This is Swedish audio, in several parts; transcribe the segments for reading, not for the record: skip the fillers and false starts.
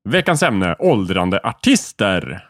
Veckans ämne, åldrande artister.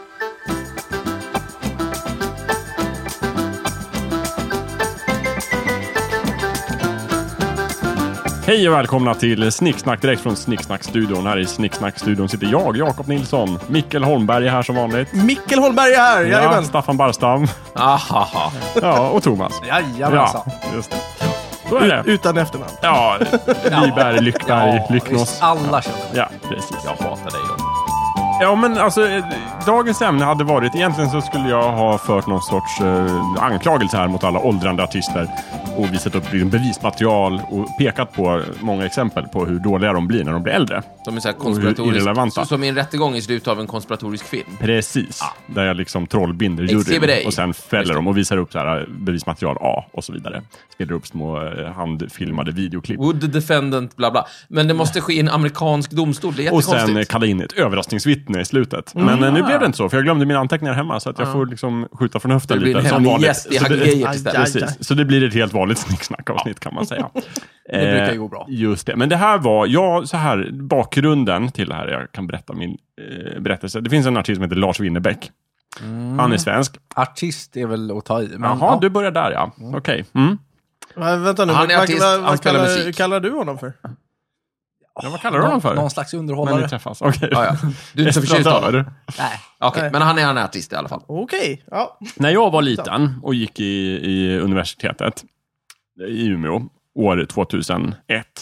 Hej och välkomna till Snicksnack direkt från Snicksnack-studion. Här i Snicksnack-studion sitter jag, Jakob Nilsson. Mikkel Holmberg är här som vanligt. Mikkel Holmberg är här, jajamän. Staffan Barstam. Ahaha. Ja, och Thomas. Jajamensan. Ja, just det. Så är det. Utan efternamn. Ja, Lyberg, Lyckberg, Lycknås. Visst, alla känner det. Ja, precis. Jag hatar dig då. Ja, men alltså, dagens ämne hade varit, egentligen så skulle jag ha fört någon sorts anklagelse här mot alla åldrande artister och visat upp bevismaterial och pekat på många exempel på hur dåliga de blir när de blir äldre. De är så här konspiratoriska, som i en rättegång i slutet av en konspiratorisk film. Precis, där jag liksom trollbinder juryn och sen fäller dem och visar upp så här bevismaterial A och så vidare. Spelar upp små handfilmade videoklipp. Would the defendant, bla bla. Men det måste ske i en amerikansk domstol, det är och sen kalla in ett överraskningsvittne i slutet. Men nu blev det inte så, för jag glömde mina anteckningar hemma så att jag får liksom skjuta från höften lite. Det blir en gäst i Haggegejert istället. Precis, så det blir ett helt vanligt snicksnack-avsnitt kan man säga. Det brukar ju gå bra. Just det, men det här var, så här, bakgrunden till det här, jag kan berätta min berättelse. Det finns en artist som heter Lars Winnerbäck. Han är svensk. Artist är väl att ta i. Men Jaha, du börjar där, ja. Okej. Vänta nu, Han är artist, han spelar musik. kallar du honom för? Ja, vad kallar du honom för? Någon slags underhållare. Men ni träffas, okej. Ja. Du är inte så förtjust av det? Nej. Okej, men han är en artist i alla fall. Okej, ja. När jag var liten och gick i universitetet i Umeå år 2001,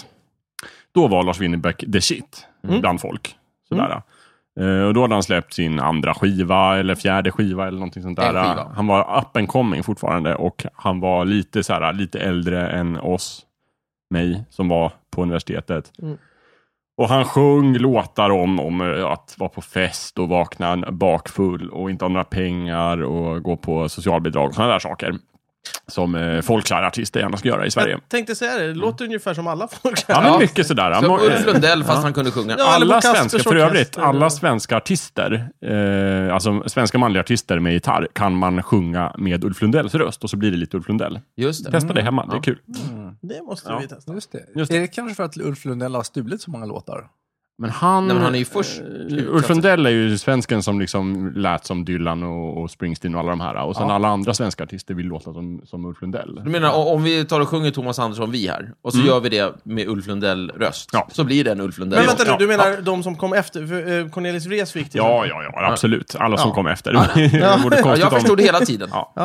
då var Lars Winnerbäck the shit bland folk. Sådär. Och då hade han släppt sin andra skiva eller fjärde skiva eller någonting sånt där. Han var up and coming fortfarande och han var lite äldre än mig som var på universitetet. Och han sjöng låtar om att vara på fest och vakna bakfull och inte ha några pengar och gå på socialbidrag och sådana där saker. Som folkklärartister gärna ska göra i Sverige. Jag tänkte säga det låter ungefär som alla folk. Ja, men mycket sådär. Som Ulf Lundell, fast han kunde sjunga. Ja, alla svenska, för övrigt, alla svenska artister, alltså svenska manliga artister med gitarr, kan man sjunga med Ulf Lundells röst och så blir det lite Ulf Lundell. Just det. Testa det hemma, det är kul. Det måste vi testa. Just det. Just det. Är det kanske för att Ulf Lundell har stulit så många låtar? Men han är ju först. Ulf Lundell är ju svensken som liksom lät som Dylan och Springsteen och alla de här. Och sen alla andra svenska artister vill låta som Ulf Lundell. Du menar, om vi tar och sjunger Thomas Andersson vi här, och så gör vi det med Ulf Lundell-röst, så blir det en Ulf Lundell. Men vänta nu, du menar de som kom efter, för Cornelis Vrees fick det? Ja, absolut. Alla som kom efter. Jag förstod det hela tiden.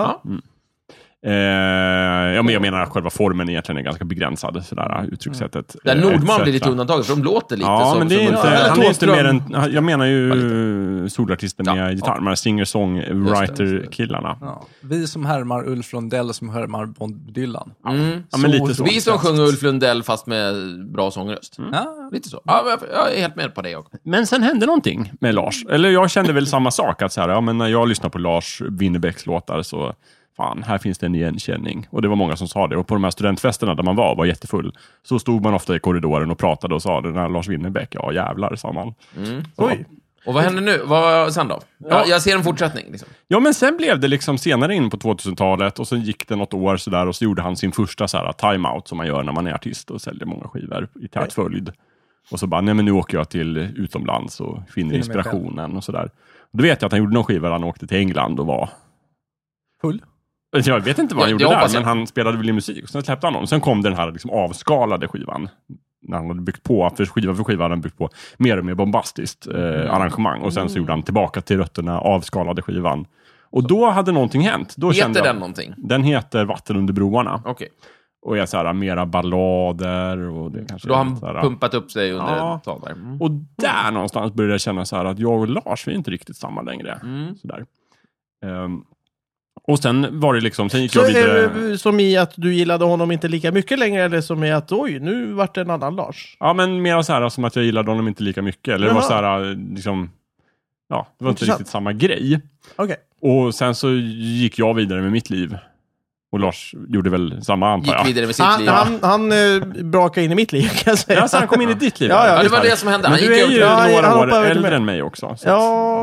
Men jag menar att själva formen egentligen är ganska begränsad, sådär uttryckssättet. Där Nordman blir lite undantaget, för de låter lite som... men det är inte, han är inte mer än... Jag menar ju lite. solartister med gitarr, de här singer-songwriter-killarna. Ja. Vi som härmar Ulf Lundell som härmar Bob Dylan. Men lite så. Vi som sjunger Ulf Lundell fast med bra sångröst. Ja. Lite så. Ja, jag är helt med på det också. Men sen hände någonting med Lars. Eller jag kände väl samma sak, att så här, men när jag lyssnar på Lars Winnerbäcks låtar så... Fan, här finns det en igenkänning. Och det var många som sa det. Och på de här studentfesterna där man var jättefull, så stod man ofta i korridoren och pratade och sa, den här Lars Winnerbäck, ja jävlar, sa man. Oj. Och vad händer nu? Vad sen då? Jag ser en fortsättning. Liksom. Ja, men sen blev det liksom senare in på 2000-talet och sen gick det något år sådär och så gjorde han sin första så här time-out som man gör när man är artist och säljer många skivor i tät följd. Och så bara, nej men nu åker jag till utomlands och finner inspirationen och sådär. Då vet jag att han gjorde någon skiva där han åkte till England och var... Full? Jag vet inte vad han gjorde där, men han spelade väl i musik. Och sen släppte han honom. Sen kom den här liksom avskalade skivan. När han hade byggt på, för skiva hade han byggt på mer och mer bombastiskt arrangemang. Och sen så gjorde han tillbaka till rötterna, avskalade skivan. Och då hade någonting hänt. Då heter den någonting? Den heter Vatten under broarna. Okej. Och är så här mera ballader. Och det kanske då har han här, pumpat upp sig under ett tag där. Och där någonstans började jag känna så här att jag och Lars, vi är inte riktigt samma längre. Sådär. Och sen var det liksom, sen gick jag vidare... Som i att du gillade honom inte lika mycket längre, eller som i att oj, nu vart det en annan Lars? Ja, men mer så här som att jag gillade honom inte lika mycket. Eller det var så här, liksom... Ja, det var inte riktigt samma grej. Okay. Och sen så gick jag vidare med mitt liv. Och Lars gjorde väl samma, antar jag. Gick vidare med sitt liv. Han brakade in i mitt liv, kan jag säga. Ja, så han kom in i ditt liv. Ja, det var det som hände. Men Han du är gick ju några år hoppade äldre med. än mig också. Så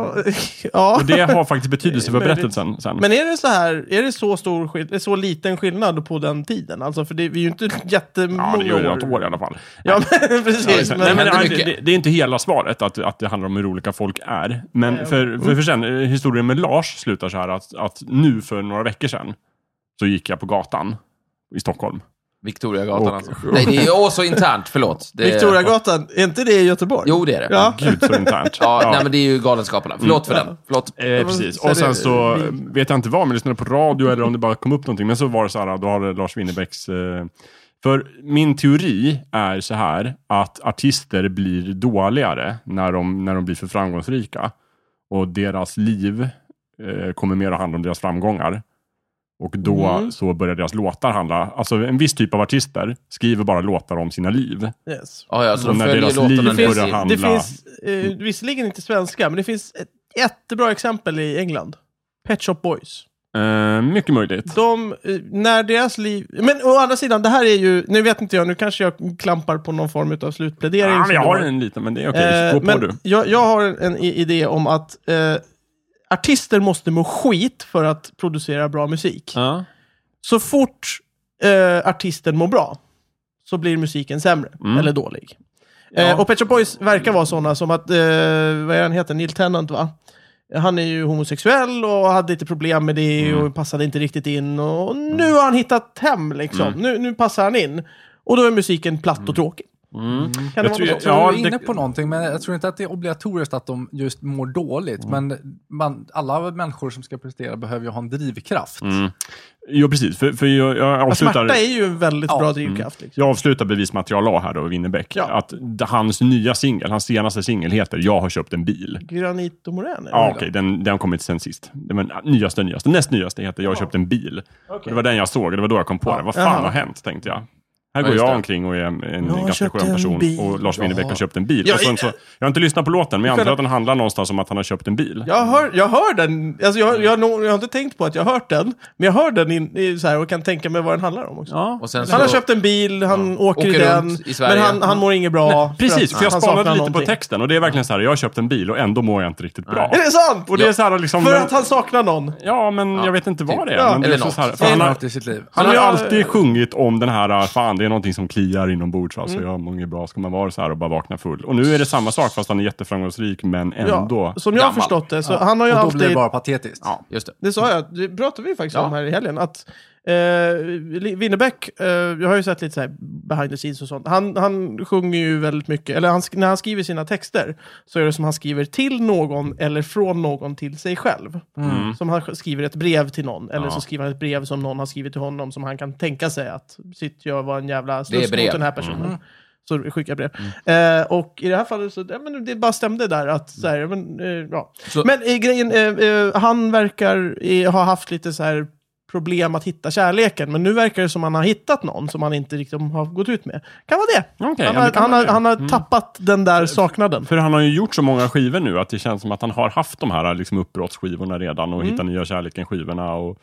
Ja. och det har faktiskt betydelse för berättelsen sen. Men är det så här, är det så stor så liten skillnad på den tiden? Alltså, för vi är ju inte jättemånga Ja, det gör år. det något år i alla fall. Ja, men precis. Ja, Nej, men händer mycket. det är inte hela svaret att det handlar om hur olika folk är. Men för sen, historien med Lars slutar så här att nu för några veckor sedan så gick jag på gatan i Stockholm. Victoriagatan alltså. Nej, det är så internt, förlåt. Victoriagatan, är inte det i Göteborg? Jo, det är det. Ja. Gud, så internt. Nej, men det är ju Galenskaparna. Förlåt för den. Förlåt. Precis. Och sen så vet jag inte vad, men jag lyssnade på radio eller om det bara kom upp någonting. Men så var det så här, då har Lars Winnerbäcks... För min teori är så här att artister blir dåligare när de blir för framgångsrika. Och deras liv kommer mer att handla om deras framgångar. Och då så börjar deras låtar handla... Alltså en viss typ av artister skriver bara låtar om sina liv. Yes. Ja, så Och de när följer deras låtarna. liv Det börjar handla... Det finns, visserligen inte svenska, men det finns ett jättebra exempel i England. Pet Shop Boys. Mycket möjligt. När deras liv... Men å andra sidan, det här är ju... Nu vet inte jag, nu kanske jag klampar på någon form av slutplädering. Ja, men jag har en liten, men det är okej. Gå på men du. jag har en idé om att artister måste må skit för att producera bra musik. Ja. Så fort artisten mår bra så blir musiken sämre eller dålig. Och Pet Shop Boys verkar vara sådana som att, vad är han heter? Neil Tennant, va? Han är ju homosexuell och hade lite problem med det och passade inte riktigt in. Och nu har han hittat hem liksom. Nu passar han in. Och då är musiken platt och tråkig. Kan det vara så? Jag tror du är inne på någonting, men jag tror inte att det är obligatoriskt att de just mår dåligt. Men alla människor som ska prestera behöver ju ha en drivkraft. Jo, precis. För jag avslutar... Smärta är ju en väldigt bra drivkraft. Liksom. Jag avslutar bevismaterial A här då, Winnerbäck. Ja. Att hans nya singel, hans senaste singel heter Jag har köpt en bil. Granit och Morän? Ja, okej. Den har kommit sen sist. Den nyaste. Näst nyaste heter Jag har köpt en bil. Okay. Det var den jag såg och det var då jag kom på det. Vad fan har hänt, tänkte jag. Här går jag omkring och är en ganska skön person. Och Lars Winnerbäck har köpt en bil. Och sen så, jag har inte lyssnat på låten, men jag antar att den handlar någonstans om att han har köpt en bil. Jag hör den. Alltså jag har inte tänkt på att jag har hört den. Men jag hör den så här och kan tänka mig vad den handlar om också. Ja. Och sen han har köpt en bil, han åker i den. I Sverige. Men han mår inget bra. Nej, precis, för jag spanade lite på texten. texten. Och det är verkligen så här, jag har köpt en bil och ändå mår jag inte riktigt bra. Är det sant? Och det är så här, liksom, för att han saknar någon. Ja, men jag vet inte vad det är. Ja. Men det är Eller så här, något. för han har alltid sjungit om den här, fan det är någonting som kliar inombords. Alltså jag mår inget bra, ska man vara så här och bara vakna full. Och nu är det samma sak fast han är jätteframgångsrik men ändå som jag har förstått det så han har ju och då alltid... blir det bara patetiskt. Ja, just det. Det sa jag, det pratade vi faktiskt om här i helgen. Att Winnerbäck, jag har ju sett lite så här behind the scenes och sånt. Han sjunger ju väldigt mycket, eller när han skriver sina texter så är det som han skriver till någon eller från någon till sig själv. Som han skriver ett brev till någon, eller så skriver han ett brev som någon har skrivit till honom som han kan tänka sig att jag var en jävla sluss mot den här personen. Så skickar brev. Och i det här fallet så men det bara stämde där att så här, men grejen han verkar ha haft lite så här problem att hitta kärleken, men nu verkar det som han har hittat någon som han inte riktigt har gått ut med. Kan vara det. Okay, han har tappat den där saknaden. För han har ju gjort så många skivor nu att det känns som att han har haft de här liksom uppbrottsskivorna redan och hittat nya kärleken-skivorna. Och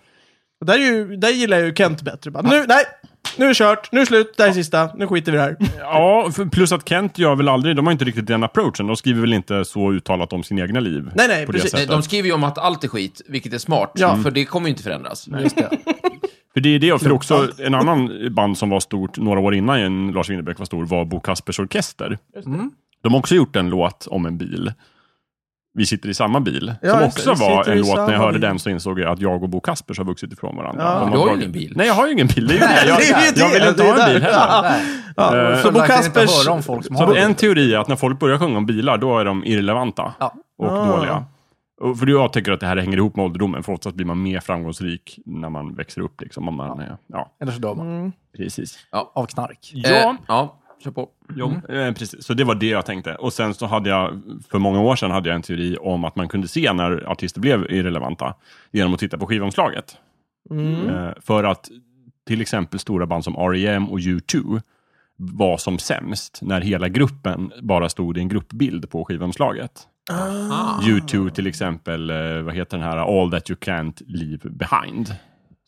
där gillar jag ju Kent bättre. Bara, nu är det kört, nu är det slut, det är sista, nu skiter vi det här. Ja, plus att Kent gör väl aldrig, de har inte riktigt den approachen. De skriver väl inte så uttalat om sin egna liv. Nej, på precis. Det sättet. De skriver ju om att allt är skit, vilket är smart. För det kommer ju inte förändras. Just det. För det är det, för också en annan band som var stort några år innan Lars Winnerbäck var stor var Bo Kaspers Orkester. De har också gjort en låt om en bil. Vi sitter i samma bil. Som också var en låt, när jag hörde den så insåg jag att jag och Bo Kaspers har vuxit ifrån varandra. Ja, du har ju ingen bil. Nej, jag har ju ingen bil. Jag vill inte ha en bil heller. Så Bo Kaspers... Så en teori är att när folk börjar sjunga om bilar, då är de irrelevanta och dåliga. För jag tycker att det här hänger ihop med ålderdomen. För oftast blir man mer framgångsrik när man växer upp. Liksom, om man, Eller så dör man. Precis. Av knark. Kör på. Precis. Så det var det jag tänkte. Och sen så hade jag, för många år sedan hade jag en teori om att man kunde se när artister blev irrelevanta genom att titta på skivomslaget. För att till exempel stora band som R.E.M. och U2 var som sämst när hela gruppen bara stod i en gruppbild på skivomslaget. U2 till exempel, vad heter den här? All That You Can't Leave Behind.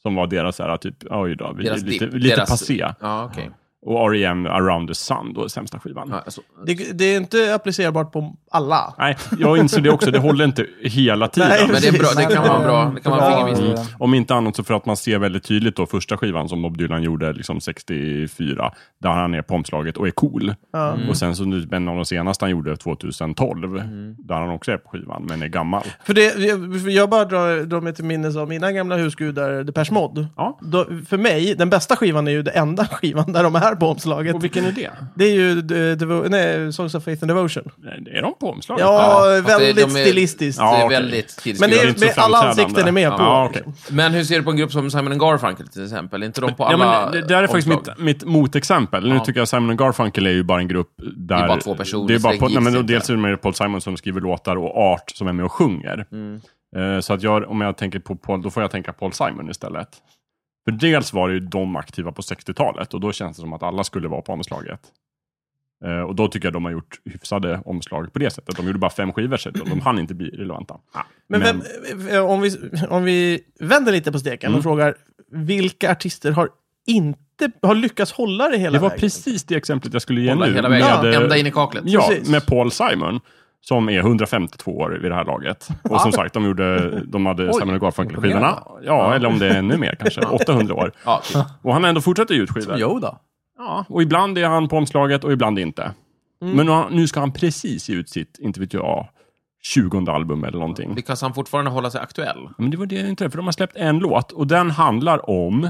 Som var deras så här, typ, oj då, Deras lite deras- passé. Ja, okej. Och R.E.M. Around the Sun, då sämsta skivan. Ja, alltså, Det är inte applicerbart på alla. Nej, jag insåg det också. Det håller inte hela tiden. Nej, men det är bra, det kan vara bra. Det kan vara Ja. fingervisning. Om inte annat så för att man ser väldigt tydligt då första skivan som Bob Dylan gjorde liksom 64, där han är på omslaget och är cool. Ja. Och sen så nu en av de senaste han gjorde 2012, där han också är på skivan men är gammal. För jag bara drar mig till minnes av mina gamla husgudar, Depeche Mode. Ja. För mig, den bästa skivan är ju den enda skivan där de är på omslaget. Och vilken är det? Det är ju Songs of Faith and Devotion. Är de på omslaget? Ja, fast väldigt de är- stilistiskt. Det Ja, är okej. väldigt Men tillskrivet. det inte så är, alla framträdande. ansikten är med på. Ja, okej. Men hur ser du på en grupp som Simon & Garfunkel till exempel? Är inte de på Ja, alla men det är faktiskt omslag? mitt motexempel. Nu tycker jag Simon & Garfunkel är ju bara en grupp där... Det är bara två personer, Det är bara så det nej, men gills dels inte. är det med Paul Simon som skriver låtar och Art som är med och sjunger. Så att om jag tänker på Paul, då får jag tänka Paul Simon istället. För dels var det ju de aktiva på 60-talet och då känns det som att alla skulle vara på omslaget. Och då tycker jag de har gjort hyfsade omslag på det sättet. De gjorde bara 5 skivor så de hann inte bli relevanta. Men om vi vänder lite på steken och frågar, vilka artister har lyckats hålla det hela det var vägen? precis det exemplet jag skulle ge Hålla nu. hela vägen, Ja. ända in i kaklet. Ja, Precis. med Paul Simon som är 152 år vid det här laget. Och som sagt, de hade Simon & Garfunkel-skivorna. Ja, eller om det är ännu mer kanske. 800 år. Ja, Och han ändå fortsätter ge ut skivor. Jo då. Ja, och ibland är han på omslaget och ibland inte. Men nu ska han precis ge ut sitt, inte vet jag, 20:e album eller någonting. lyckas han fortfarande hålla sig aktuell? Men det var det inte, för de har släppt en låt och den handlar om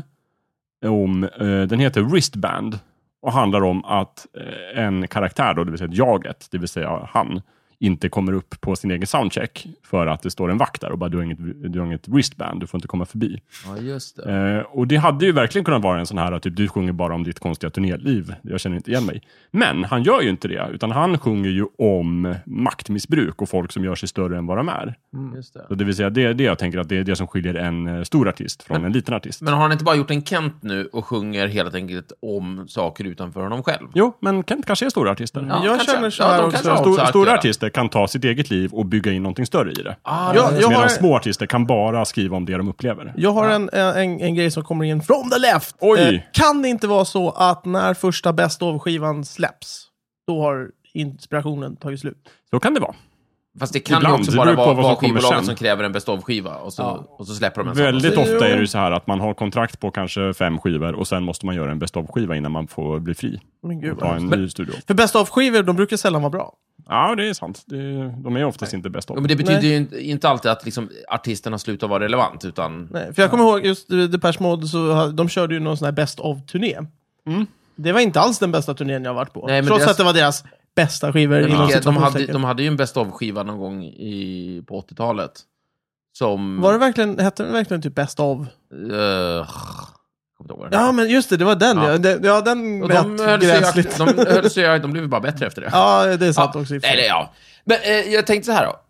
den heter Wristband och handlar om att en karaktär då, det vill säga jaget, det vill säga han, inte kommer upp på sin egen soundcheck för att det står en vakt där och bara du har inget wristband, du får inte komma förbi. Ja, just det. Och det hade ju verkligen kunnat vara en sån här typ du sjunger bara om ditt konstiga turnéliv, jag känner inte igen mig. Men han gör ju inte det, utan han sjunger ju om maktmissbruk och folk som gör sig större än vad de är. Just det. Så det vill säga det jag tänker att det är det som skiljer en stor artist från en liten artist. Men har han inte bara gjort en Kent nu och sjunger helt enkelt om saker utanför honom själv? Jo, men Kent kanske är stora artister. Ja, jag kanske. känner så här de också. kanske har också Stora aktuella. artister kan ta sitt eget liv och bygga in någonting större i det. Jag Medan har- små artister kan bara skriva om det de upplever. Jag har en grej som kommer in from the left. Oj. Kan det inte vara så att när första Best of-skivan släpps, då har inspirationen tagit slut? Så kan det vara. Fast det kan Ibland, ju också det bara beror på vara vad som kommer skivbolaget sen. som kräver en best of-skiva och så släpper de en sån. Väldigt Så- ofta är det ju så här att man har kontrakt på kanske 5 skivor och sen måste man göra en best of-skiva innan man får bli fri. Men gud, Och ta en vad- ny studio. För Best of-skivor, de brukar sällan vara bra. Ja, det är sant. De är oftast inte best of. Ja, men det betyder ju inte alltid att liksom, artisterna slutar vara relevant, utan... Nej, för jag kommer ihåg just Depeche Mode, de körde ju någon sån här Best of-turné. Det var inte alls den bästa turnén jag har varit på. Nej, men Trots deras- att det var deras bästa skivor. Men inom Micke, situationstecken. de hade ju en best of-skiva någon gång på 80-talet. Som... Var det verkligen, hette den verkligen typ Best of? kommer inte ihåg vad den Ja, heter. men just det, det var den. Ja. Ja, den Och lät gräsligt. de blev bara bättre efter det. Ja, det är sant också. I och för sig. Eller ja. Men jag tänkte så här då.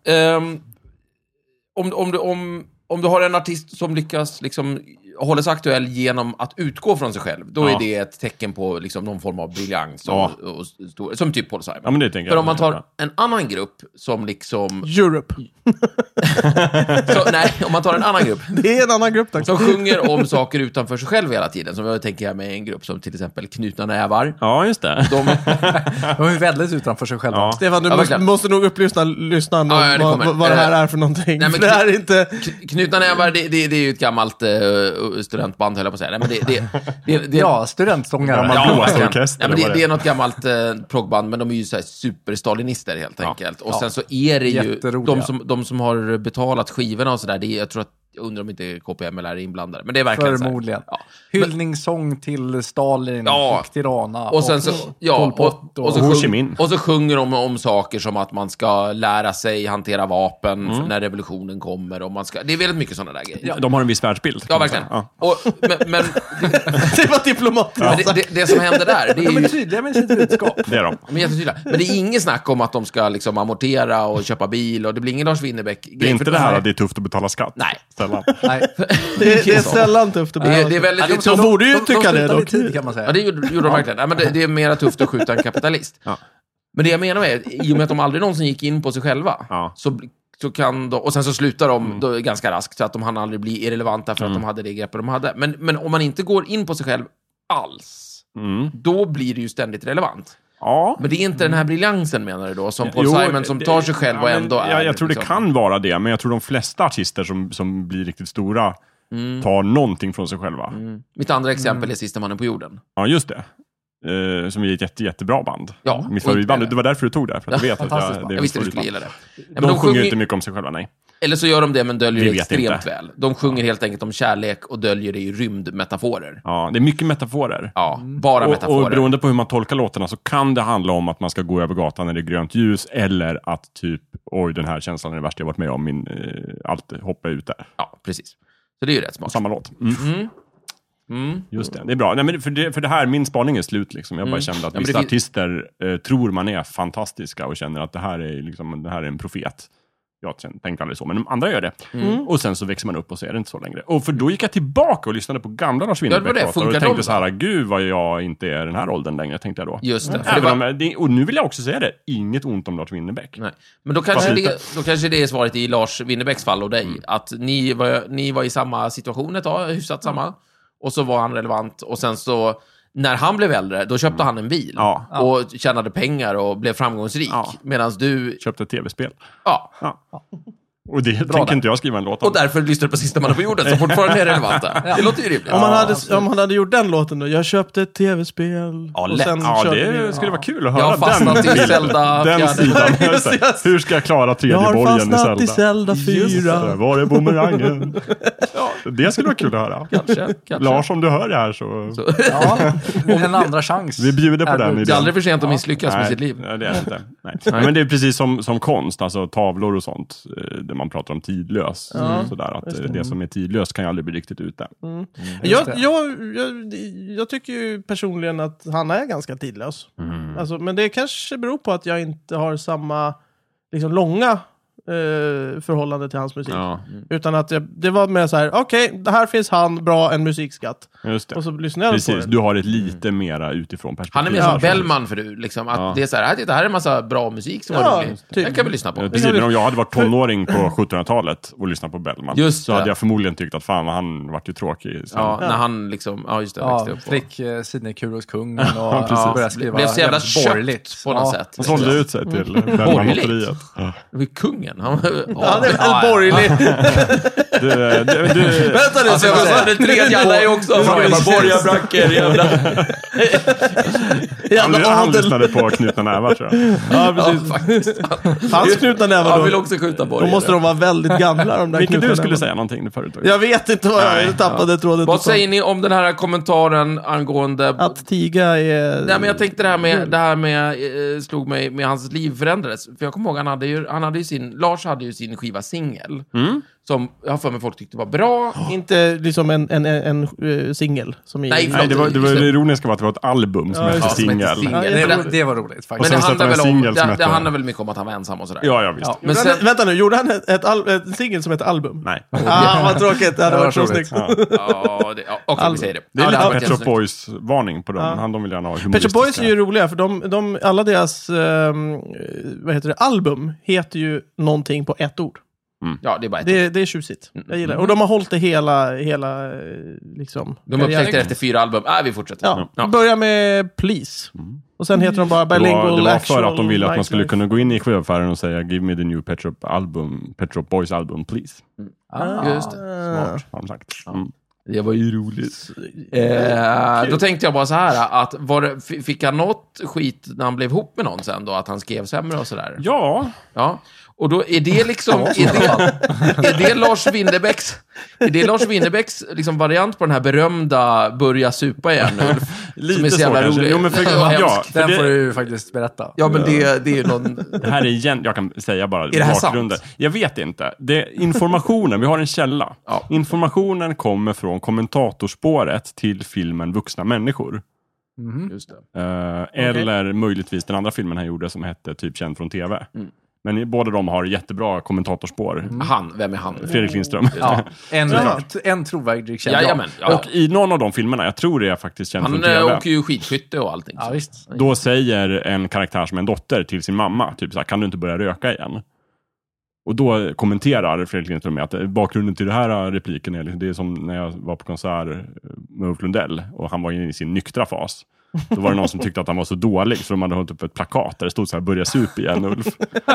Om du har en artist som lyckas liksom hålla sig aktuell genom att utgå från sig själv, då Ja. är det ett tecken på liksom någon form av briljans. Ja. Som typ Paul Simon. Ja, men det tänker För jag. om man tar en annan grupp som liksom... Europe. om man tar en annan grupp Det är en annan grupp tack. som sjunger om saker utanför sig själv hela tiden. Som jag tänker med en grupp som till exempel Knutna nävar. Ja, just det. De, De är väldigt utanför sig själva. Ja. Stefan, du Ja, måste, verkligen. måste nog upplysa lyssnaren om Ja, det kommer. vad det här är för någonting. Nej, men för det här är inte... Knutna nävar, det är ju ett gammalt studentband, höll jag på att säga. Nej, men det, Ja, studentsångare. Gammal Ja, blåsorkester, verkligen. Ja, men eller vad det är något gammalt proggband, men de är ju så här superstalinister helt enkelt. Och sen så är det ju Jätteroliga. de som har betalat skivorna och sådär, jag tror att, jag undrar om inte KPM eller är inblandade, men det är verkligen så här. Förmodligen. Ja. Hyllningssång till Stalin Ja. och Tirana. Och sen så, Pol Pot och så Ho Chi Minh. och så sjunger de om saker som att man ska lära sig hantera vapen när revolutionen kommer. Och man ska, det är väldigt mycket sådana där grejer. De har en viss världsbild. Ja, kan man verkligen. säga. Ja. Och, men Det var diplomatiskt. det som händer där, det är De är ju... tydliga med sitt budskap. Det är de. De är jättetydliga. Men det är inget snack om att de ska liksom amortera och köpa bil, och det blir ingen Lars Winnerbäck. Det är inte det här att det är tufft att betala skatt. Nej. Sällan. Nej. Det är sällan tufft att Det är bli väldigt... de borde ju de tycka det slutade i dock. tid, kan man säga. Ja, det gjorde de verkligen. Ja, men det är mer tufft att skjuta en kapitalist. Ja. Men det jag menar är, i och med att de aldrig någonsin gick in på sig själva, Ja. så så kan de, och sen så slutar de då ganska raskt så att de hann aldrig bli irrelevanta för att de hade det greppet de hade. Men om man inte går in på sig själv alls, då blir det ju ständigt relevant. Ja. Men det är inte den här briljansen, menar du då, som Paul Simon som tar sig själv och ändå är... Jag tror det kan vara det, men jag tror de flesta artister som blir riktigt stora tar någonting från sig själva. Mitt andra exempel är Sista mannen på jorden. Ja, just det. Som är ett jättebra band. Ja, Mitt favoritband, det var därför du tog det. För att du vet att jag visste du skulle gilla det. Ja, de sjunger ju inte mycket om sig själva, nej. Eller så gör de det, men döljer det extremt inte. väl. De sjunger helt enkelt om kärlek och döljer det i rymdmetaforer. Ja, det är mycket metaforer. Ja, bara metaforer. Och beroende på hur man tolkar låtarna så kan det handla om att man ska gå över gatan när det är grönt ljus, eller att typ, oj, den här känslan är det värsta jag varit med om, allt hoppar ut där. Ja, precis. Så det är ju rätt smart. Samma låt. Just det, det är bra. Nej, men för det här, min spaning är slut liksom. Jag bara kände att vissa artister tror man är fantastiska och känner att det här är en profet. Jag tänkte aldrig så, men de andra gör det. Och sen så växer man upp och så är det inte så längre. Och för då gick jag tillbaka och lyssnade på gamla Lars Winnerbäck-låtar och tänkte så här, gud vad jag inte är den här åldern längre, tänkte jag då. Just det. Och nu vill jag också säga det, inget ont om Lars Winnerbäck. Nej. Men då kanske det är svaret i Lars Winnerbäcks fall och dig. Att ni var i samma situation ett tag, hyfsat samma. Och så var han relevant. Och sen så, när han blev äldre, då köpte han en bil. Ja. Och tjänade pengar och blev framgångsrik. Ja. Medan du... köpte ett tv-spel. Ja. Och det tänker inte jag skriva en låt om. Och därför lyssnar du på Sista mannen på jorden som fortfarande är relevanta. Det låter ju rimligt. Om han hade gjort den låten då. Jag köpte ett tv-spel. Ja, och sen det skulle vara kul att höra. Jag har fastnat i Zelda. Den sidan. Hur ska jag klara tredje borgen i Zelda? Jag har fastnat i Zelda 4. Var är bumerangen? Det skulle vara kul att höra. Kanske. Lars, om du hör det här så... En andra chans. Vi bjuder på den. Det är aldrig för sent att misslyckas med sitt liv. Nej, det är inte. Nej. Men det är precis som konst, alltså tavlor och sånt. Där man pratar om tidlös. Sådär, att det som är tidlöst kan ju aldrig bli riktigt ute. Jag tycker ju personligen att han är ganska tidlös. Alltså, men det kanske beror på att jag inte har samma liksom, långa förhållande till hans musik. Utan att det var mer så här, okej, det här finns han, bra, en musikskatt. Just det. Och så lyssnar jag på det. Du har ett lite mera utifrån perspektiv. Han är mer som Bellman för du, liksom, att det är så här, det här är en massa bra musik som var rolig. Typ. Den kan vi lyssna på. Precis, men om jag hade varit tonåring på 1700-talet och lyssnat på Bellman, så hade jag förmodligen tyckt att fan, han vart ju tråkig. Ja, när han liksom, just det, växte upp. Fick Sidney-Kuros kungen och började skriva. Blev så jävla kött på något sätt. Han sålde ut sig till Bellman-lotteriet. Det var kungen. Han är väl borgerlig. Vänta nu, så jag sa det tredje alla är också borgarbracker, jävla. Han lyssnade på Knutna nävar, tror jag. Ja, precis. Faktiskt. Hans knutna nävar Han vill också skjuta borgare. Då måste de vara väldigt gamla, de där. Vilket du skulle säga någonting förut. Jag vet inte vad jag tappade tråden. Vad säger ni om den här kommentaren angående... Att tiga är... Nej, men jag tänkte det här med slog mig med hans liv förändrades. För jag kommer ihåg, Lars hade ju sin skiva Singel. Som jag för mig folk tyckte var bra. Inte liksom en singel. Nej, det var det ironiska var att det var ett album som hette Singel. Det var roligt faktiskt. Men det handlar väl mycket om att han var ensam och sådär. Ja, visst. Ja. Men sen, vänta nu, gjorde han ett singel som heter album? Nej. Vad tråkigt. Det hade varit så snyggt. Okej, vi säger det. Det är lite Pet Shop Boys-varning på dem. De vill gärna ha Pet Shop Boys är ju roliga, för alla deras album heter ju någonting på ett ord. Ja, det är bara det är tjusigt. Jag gillar det. Och de har hållit det hela liksom... De upptäckte efter 4 album. Vi fortsätter. Ja. Börjar med Please. Och sen heter de bara Bilingual. Det var för att de ville att man skulle kunna gå in i skivaffären och säga Give me the new Pet Shop Boys album, please. Just det. Smart, har de sagt. Det var ju roligt. Då tänkte jag bara så här, att fick han något skit när han blev ihop med någon sen då? Att han skrev sämre och sådär? Ja. Och då är det liksom... är det Lars Winnerbäcks liksom variant på den här berömda Börja supa igen? Lite så jävla rolig. Jo, men den får du ju faktiskt berätta. Ja, men det är ju någon... Det här är igen, jag kan säga bara det här bakgrunden. Sant? Jag vet inte. Informationen, vi har en källa. Ja. Informationen kommer från kommentatorspåret till filmen Vuxna människor. Just det. Eller möjligtvis den andra filmen han gjorde som hette typ Känd från TV. Men båda de har jättebra kommentatorspår. Vem är han? Fredrik Lindström. En trovärdig känd. Jajamän. Och i någon av de filmerna, jag tror det är faktiskt Känd från TV. Han åker ju skidskytte och allting. Ja, visst. Då säger en karaktär som en dotter till sin mamma, typ så här, kan du inte börja röka igen? Och då kommenterar Fredrik Lindström med att bakgrunden till det här repliken är, det är som när jag var på konsert med Ulf Lundell och han var i sin nyktra fas. Då var det någon som tyckte att han var så dålig så de hade hållit upp ett plakat där det stod så här: börja sup igen, Ulf.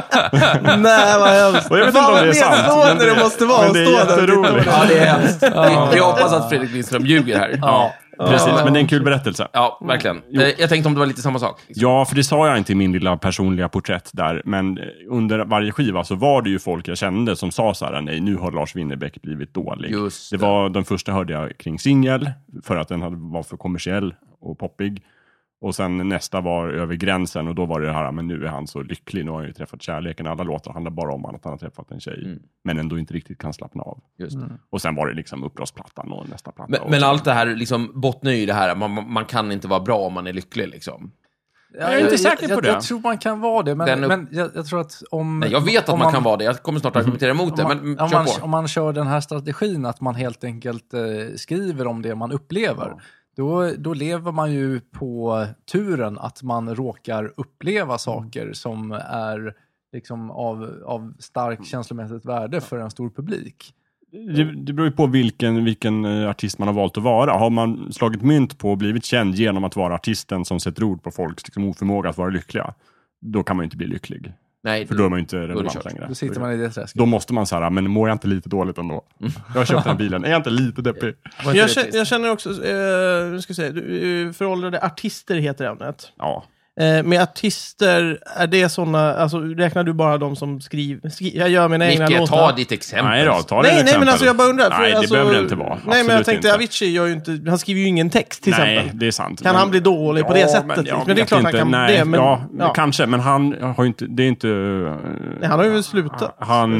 Nej, vad hemskt. Och jag vet inte om det är sant. Det måste vara men det är jätteroligt. Ja, det är hemskt. Vi hoppas att Fredrik Lindström ljuger här. Ja, precis. Men det är en kul berättelse. Ja, verkligen. Jag tänkte om det var lite samma sak. Liksom. Ja, för det sa jag inte i min lilla personliga porträtt där. Men under varje skiva så var det ju folk jag kände som sa så här: nej, nu har Lars Winnerbäck blivit dålig. Just det var den första hörde jag kring singel, för att den var för kommersiell och poppig. Och sen nästa var över gränsen och då var det här, men nu är han så lycklig, nu har han ju träffat kärleken. Alla låtar handlar bara om att han har träffat en tjej, men ändå inte riktigt kan slappna av. Just. Och sen var det liksom uppbrottsplattan och nästa platta. Men allt det här liksom bottnar ju i det här, man kan inte vara bra om man är lycklig liksom. Jag är inte säker på det. Jag tror man kan vara det, men jag tror att om... Nej, jag vet att man kan vara det, jag kommer snart att argumentera emot det, men om man kör den här strategin att man helt enkelt skriver om det man upplever, då lever man ju på turen att man råkar uppleva saker som är liksom av starkt känslomässigt värde för en stor publik. Det beror ju på vilken artist man har valt att vara. Har man slagit mynt på och blivit känd genom att vara artisten som sätter ord på folks liksom oförmåga att vara lyckliga, då kan man ju inte bli lycklig. Nej, för då är man ju inte relevant längre. Då sitter man i det träsket. Då måste man säga, men mår jag inte lite dåligt ändå? Jag har köpt den bilen, är jag inte lite deppig? Jag känner också, nu ska jag säga, föråldrade artister heter ämnet. Ja. Med artister, är det sådana, alltså räknar du bara de som skriver? Jag gör mina egna låtar. Micke, ta ditt exempel. Nej då, ta det nej, men alltså jag bara undrar. Nej, alltså, det behöver det inte vara. Nej, men jag tänkte, inte. Avicii gör ju inte, han skriver ju ingen text till exempel. Nej, det är sant. Kan han bli dålig på det sättet? Men det är klart han kan det. Men, kanske, men han har ju inte, det är inte... Nej, han har ju slutat.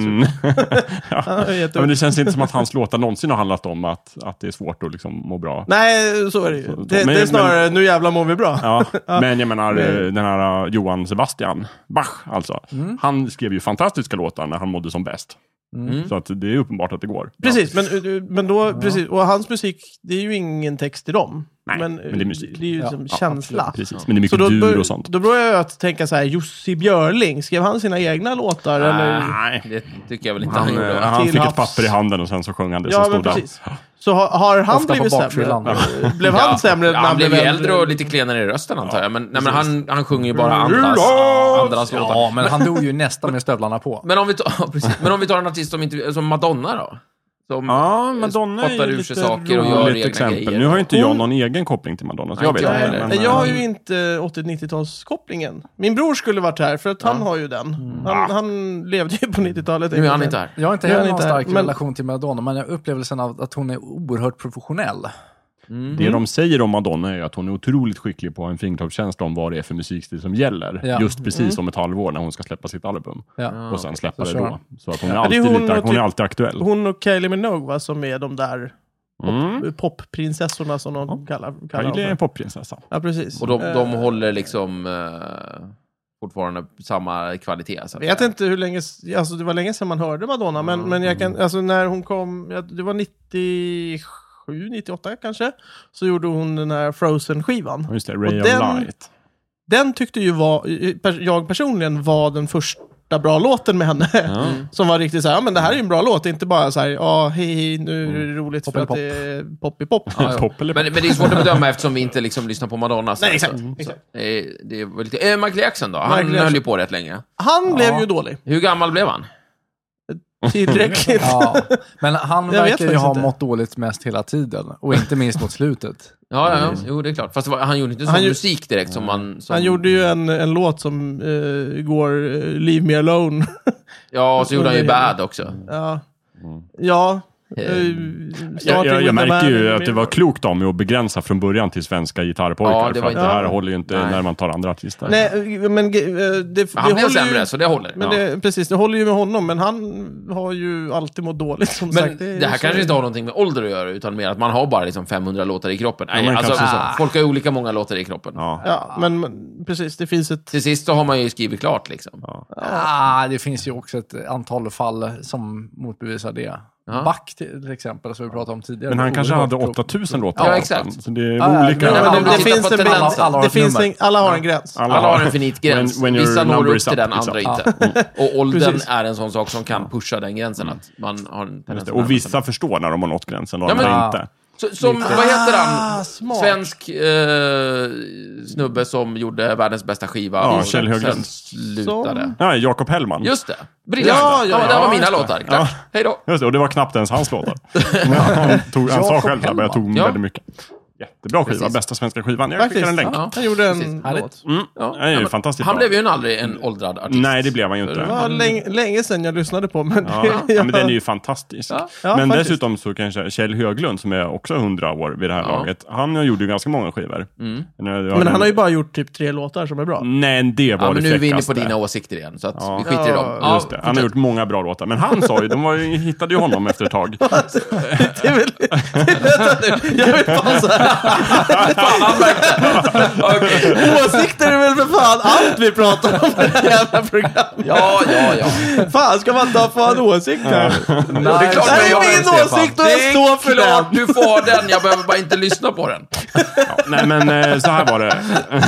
Men det känns inte som att hans låtar någonsin har handlat om att det är svårt att liksom må bra. Nej, så är det ju. Det är snarare, nu jävla mår vi bra. Ja, men jag menar, den här Johann Sebastian Bach, alltså. Han skrev ju fantastiska låtar när han mådde som bäst. Så att det är uppenbart att det går. Precis, men då, precis, och hans musik, det är ju ingen text i dem. Nej, men det är musik. Det är ju som känsla. Precis, men det är mycket dur och sånt. Då börjar jag att tänka så här, Jussi Björling, skrev han sina egna låtar? Eller? Nej, det tycker jag väl inte han gjorde. Han fick ett papper i handen och sen så sjöng han det. Ja, men precis. Så har han ofta blivit sämre? Blev han sämre? Han blev äldre och lite klenare i rösten, antar jag. Men han sjunger ju bara andras låtar. Ja, men han dog ju nästan med stövlarna på. Men om vi tar en artist som Madonna då? Som Madonna spottar är ur sig lite saker och gör egna exempel. grejer. Nu har ju inte jag någon egen koppling till Madonna, så jag vet inte. Men jag har ju inte 80-90-talskopplingen. Min bror skulle varit här, för att han har ju den. Han levde ju på 90-talet. Nu är han inte här. Jag har inte heller någon stark relation till Madonna, men jag upplevelsen av att hon är oerhört professionell. Det de säger om Madonna är att hon är otroligt skicklig på en fingertoppskänsla om vad det är för musikstil som gäller. Ja. Just precis om ett halvår när hon ska släppa sitt album. Ja. Och sen släppa det då. Så att hon är alltid, hon är alltid aktuell. Hon och Kylie Minogue, va, som är de där popprinsessorna som de kallar Kylie är en popprinsessa. Ja, precis. Och de håller liksom... fortfarande samma kvalitet. Jag vet inte hur länge, alltså det var länge sedan man hörde Madonna, men jag kan, alltså när hon kom, det var 98 kanske, så gjorde hon den här Frozen-skivan. Just det, Ray of Light. Den tyckte ju jag personligen var den första bra låten med henne. Som var riktigt så här, ja men det här är ju en bra låt, inte bara så här, ja hej, nu är det roligt pop för att pop. det är pop i pop. Men det är svårt att bedöma eftersom vi inte liksom lyssnar på Madonna. Nej, exakt. Det var lite... Michael Jackson då? Han höll ju på rätt länge. Han blev ju dålig. Hur gammal blev han? Tillräckligt. Men han verkar ju ha mått dåligt mest hela tiden. Och inte minst mot slutet. Ja, jo, det är klart. Fast han gjorde inte sån musik direkt som man... Han gjorde ju en låt som går Leave Me Alone. Ja, och så gjorde han ju Bad också. Ja. Jag märker ju att det var klokt av mig att begränsa från början till svenska gitarrpojkar. Ja, det för att det här håller ju inte när man tar andra artister. Nej, men han blev sämre, så det håller. Men precis, det håller ju med honom. Men han har ju alltid mått dåligt, som sagt. Det här kanske inte har någonting med ålder att göra, utan mer att man har bara liksom 500 låtar i kroppen. Nej, alltså, folk har ju olika många låtar i kroppen. Ja, men precis, det finns ett... Till sist så har man ju skrivit klart liksom. Det finns ju också ett antal fall som motbevisar det. Back till exempel, som vi pratade om tidigare. Men han kanske hade Oerhört 8000 låtar. Ja, exakt. Så det är Ja, olika. men om du det tittar finns på en tendensen. alla har en gräns. Alla har en finit gräns. When your Vissa når number upp is till up, den, liksom. andra inte. Och åldern Precis. är en sån sak som kan pusha den gränsen. Att man har en tendens Och vissa förstår när de har nått gränsen och Ja, men- andra inte. Som, vad heter han? Smart. Svensk snubbe som gjorde världens bästa skiva. Ja, och Kjell Höglund. sen slutade. Ja, Jakob Hellman. Just det. Briljant. Ja, det var mina just det. låtar. Klart. Hej då. Just det, och det var knappt ens hans låtar. Han sa själv att jag tog Ja. väldigt mycket. Jättebra skiva, Precis. bästa svenska skivan. Jag skickar en länk. Ja. Han gjorde en Precis. Härligt. låt. Ja. Det är ju men fantastiskt Han bra. blev ju aldrig en åldrad artist. Nej, det blev han ju Det inte. var länge sedan jag lyssnade på, men... Ja, men den är ju fantastisk. Ja. Ja, men faktiskt. dessutom så kanske Kjell Höglund, som är också 100 år vid det här Ja. laget, han gjorde ju ganska många skivor. Men han har ju bara gjort typ 3 låtar som är bra. Nej, det var Ja, men det nu är vi inne på fräckaste. dina åsikter igen, så att Ja. vi skiter i dem. Ja, Just det. Han har gjort många bra låtar. Men han sa ju, hittade ju honom efter ett tag. Det är väl... Vänta nu, jag vill pausa här. Fan, han märkte. Okej. Åsikter är väl för fan allt vi pratar om i det här jävla programmet. Ja. Fan, ska man inte ha en åsikt här? Det är klart Det här jag är min Stefan. åsikt och Det jag är står för klart den. du får den, jag behöver bara inte lyssna på den. Nej, men så här var det.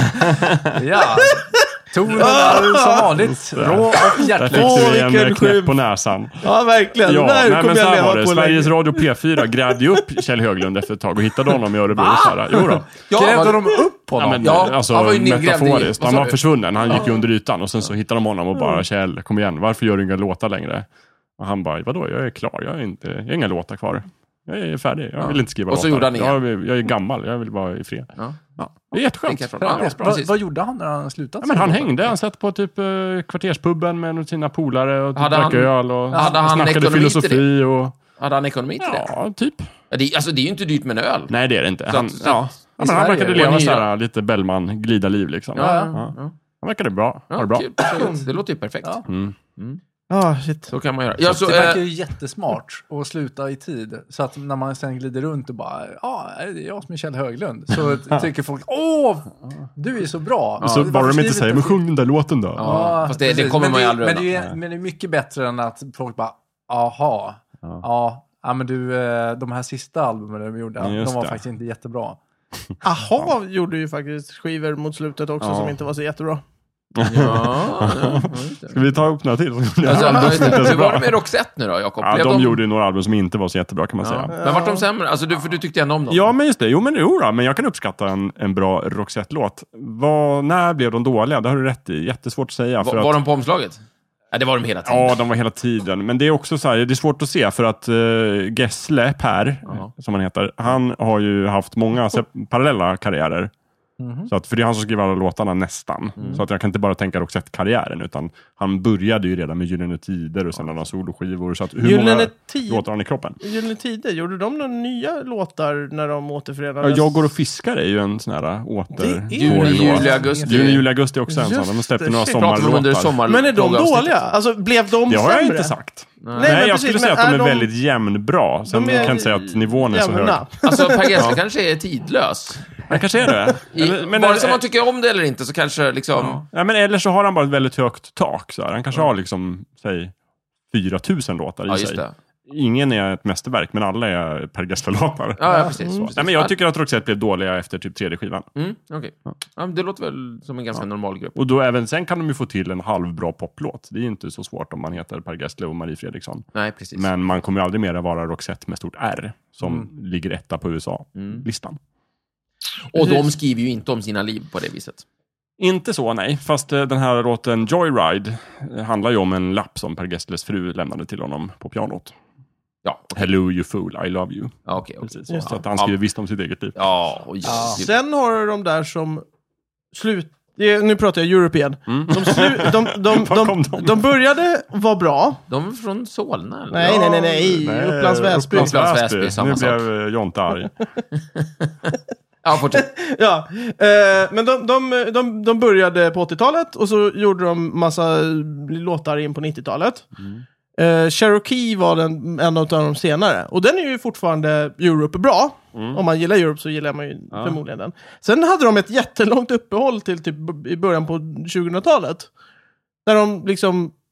Ja. Tonen är som vanligt rå och Där hjärtlig. fick vi en vilken knäpp skymf. på näsan. Ja, verkligen. Ja, Det där nej, kommer men så jag här var leva det. på Sveriges länge. Radio P4 grävde ju upp Kjell Höglund efter ett tag och hittade honom i Örebro. Så här. Jo då. Grävde de upp Ja, honom? men, Ja, alltså, han var ju nedgrävd i- metaforiskt. vad Han sa var du? försvunnen. Han gick ju under ytan och sen så hittade de honom och bara Kjell, kom igen, varför gör du inga låtar längre? Och han bara, vadå, jag är klar, jag har inga låtar kvar. Jag är färdig, jag vill inte skriva Och så låtar. gjorde han igen. Jag är gammal, jag vill vara i fred. Ja. Ja, det är jätteskönt. Tänker jag Ja, från- bra. precis. Vad gjorde han när han slutade? Ja, men han hängde, han satt på typ kvarterspubben med sina polare och Hade drack han- öl och hade han snackade ekonomi till filosofi och... Hade han ekonomi till det? Ja, typ. Ja, det är ju inte dyrt med en öl. Nej, det är det inte. Så Han, att- ja. i Men han Sverige, verkade och leva en så hyra. här lite Bellman, glida liv liksom. Ja. Han verkade bra. Ja, Har det bra. kul. Det låter ju perfekt. Ja. Shit. Så kan man göra. Ja, så, Det verkar ju jättesmart att sluta i tid. Så att när man sen glider runt och bara, det är jag som är Kjell Höglund. Så tycker folk, du är så bra. Och så bara de inte säger, men sjung den där låten då. Ja, fast det precis. kommer Men man ju aldrig men det är mycket bättre än att folk bara, ja, men du, de här sista albumen de gjorde, Just de var det. faktiskt inte jättebra. Aha gjorde ju faktiskt skivor mot slutet också Ja. som inte var så jättebra. just det. Ska vi ta upp några till? Alltså, hur var det med Roxette nu då, Jakob? Ja, Blev de gjorde ju några album som inte var så jättebra kan man Ja. säga. Men vart de sämre? Alltså, för du tyckte ändå om dem. Ja, men just det. Jo då, men jag kan uppskatta en bra Roxette-låt. När blev de dåliga? Det har du rätt i. Jättesvårt att säga. För Var att, de på omslaget? Ja, det var de hela tiden. Ja, de var hela tiden. Men det är också så här, det är svårt att se för att Gessle, Per, som han heter, han har ju haft många parallella karriärer. Så att, för det är han som skriver alla låtarna nästan. Så att jag kan inte bara tänka Roxette-karriären, utan han började ju redan med Gyllene Tider och sen några soloskivor. Så att hur Gyllene många Tider? låtar har han i kroppen? Gyllene Tider, gjorde de några nya låtar när de Ja, återförenades? Jag går och fiskar är ju en sån här Juni, juli, låt. augusti. Juni, juli, augusti är också en sån. De Just släppte det, några shit. Pratar de under sommarlåtar. Men är de tågavsnittet? dåliga? Alltså, blev de Det har sämre? jag inte sagt. Nej, Nej, men jag precis, skulle säga men att de är är väldigt jämnbra. Sen de kan är jag inte säga att nivån är så hög. jämna. Alltså, Per Gessle kanske är tidlös. Men kanske är det. Men Vare sig man tycker om det eller inte så kanske liksom... ja, men eller så har han bara ett väldigt högt tak. Så här. Han kanske har liksom, säg, 4000 låtar i Ja, just sig. det. Ingen är ett mästerverk, men alla är Per Gessle-låtar. Ja, precis. precis. Nej, men jag tycker att Roxette blev dåliga efter typ 3:e skivan. Okej. Ja, men det låter väl som en ganska normal grupp. Och då även sen kan de ju få till en halvbra poplåt. Det är inte så svårt om man heter Per Gessle och Marie Fredriksson. Nej, precis. Men man kommer ju aldrig mer att vara Roxette med stort R som ligger etta på USA-listan. Och de skriver ju inte om sina liv på det viset. Inte så, nej. Fast den här låten Joyride handlar ju om en lapp som Per Gessles fru lämnade till honom på pianot. Ja, Hello you fool, I love you. ja okej. Precis. Så att han skriver visst om sitt eget liv. Ja, oj. Sen har du de där som nu pratar jag European. Var kom de? De började vara bra. De är från Solna, eller? Nej. Upplands Väsby. Upplands Väsby, samma Nu sak. blev Jonte arg. Ja, fortsätt. Ja, men de började på 80-talet och så gjorde de massa låtar in på 90-talet. Cherokee var en av de senare. Och den är ju fortfarande Europe bra. Om man gillar Europe så gillar man ju förmodligen den. Sen hade de ett jättelångt uppehåll till typ i början på 2000-talet. Där de liksom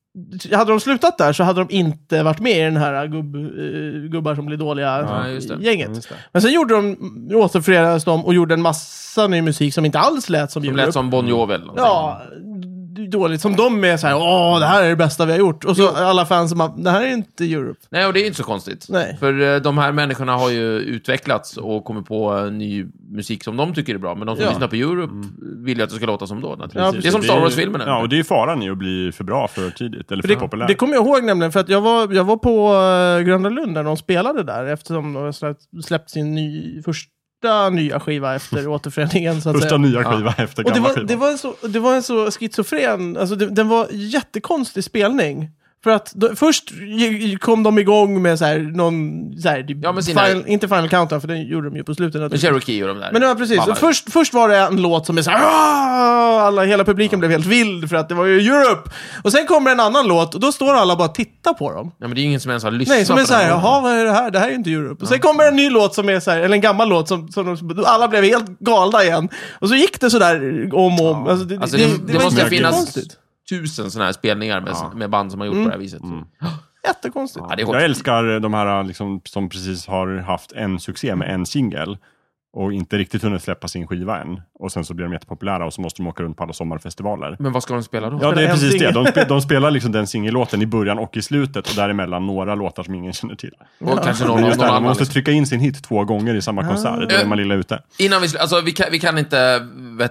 hade de slutat där så hade de inte varit med i den här gubbar som blir dåliga gänget. Just det. Men sen återförenades de och gjorde en massa ny musik som inte alls lät som lät som Bon Jovi. Ja, dåligt. Som de är så här, det här är det bästa vi har gjort. Och så alla fans som det här är inte Europe. Nej, och det är inte så konstigt. Nej. För de här människorna har ju utvecklats och kommit på ny musik som de tycker är bra. Men de som lyssnar på Europe vill ju att det ska låta som då. Ja, det är som Star Wars-filmerna. Ja, och det är faran i att bli för bra för tidigt. Eller för populärt. Det kommer jag ihåg nämligen, för att jag var på Gröna Lund när de spelade där. Eftersom de släppt sin första nya skiva efter återföreningen. Så att första säga. Nya skiva efter gamla skiva. Det var en så schizofren, alltså den var jättekonstig spelning. För att först kom de igång med så här någon så här, inte Final Countdown, för den gjorde de ju på slutet. Med Cherokee och de där. Men ja, precis. Först var det en låt som är så här, hela publiken blev helt vild för att det var ju Europe. Och sen kommer en annan låt och då står alla bara och tittar på dem. Ja, men det är ingen som ens har lyssnat. Nej, som är så här, jaha, vad är det här? Det här är inte Europe. Och sen kommer en ny låt som är så här, eller en gammal låt som alla blev helt galna igen. Och så gick det så där om och om. Alltså, det måste finnas konstigt. 1000 såna här spelningar med band som har gjort på det här viset. Jättekonstigt. Ja, jag älskar de här liksom, som precis har haft en succé med en singel och inte riktigt hunnit släppa sin skiva än. Och sen så blir de jättepopulära och så måste de åka runt på alla sommarfestivaler. Men vad ska de spela då? Ja, det är precis det. De spelar liksom den singellåten i början och i slutet och däremellan några låtar som ingen känner till. Och kanske någon annan. Man måste trycka in sin hit 2 gånger i samma konsert. Då är man lilla ute. Innan vi kan inte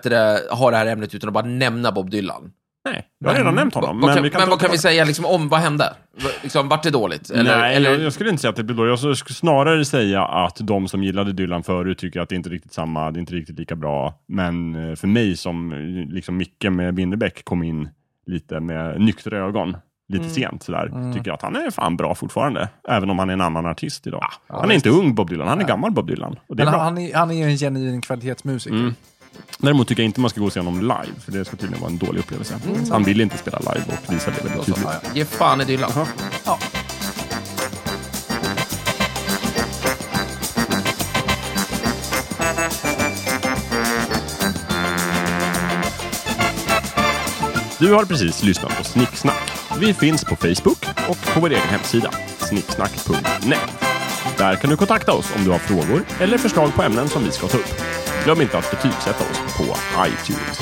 ha det här ämnet utan att bara nämna Bob Dylan. Nej, jag har redan nämnt honom. Men vad kan vi säga liksom, om vad hände? Liksom, vart det dåligt? Nej, jag skulle inte säga att det blir dåligt. Jag skulle snarare säga att de som gillade Dylan förut tycker att det inte är riktigt samma, det är inte riktigt lika bra. Men för mig som liksom Micke med Winnerbäck kom in lite med nyktra ögon lite sent sådär, tycker jag att han är fan bra fortfarande. Även om han är en annan artist idag. Han är inte ung Bob Dylan, han är gammal Bob Dylan. Och det är bra. Han är ju en genuin kvalitetsmusiker. Däremot tycker jag inte man ska gå och se honom live, för det ska tydligen vara en dålig upplevelse. Han vill inte spela live och visa det väldigt tydligt. Ge fan i Dylan. Ja. Du har precis lyssnat på Snicksnack. Vi finns på Facebook och på vår egen hemsida, snicksnack.net. Där kan du kontakta oss om du har frågor eller förslag på ämnen som vi ska ta upp. Glöm inte att betygsätta oss på iTunes.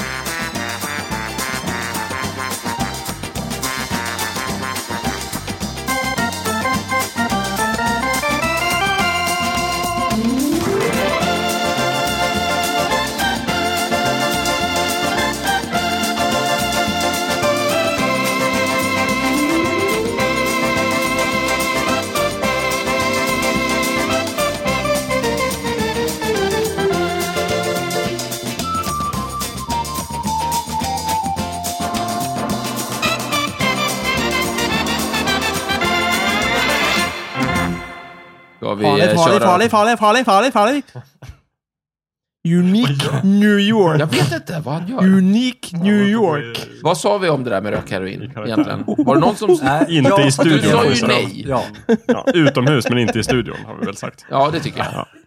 Farlig. Unique New York. Jag vet inte vad han gör. Unique New York. Vad sa vi om det där med rökheroin egentligen? Var det någon som... Inte i studion. Du sa ju nej. Ja, utomhus men inte i studion har vi väl sagt. Ja, det tycker jag.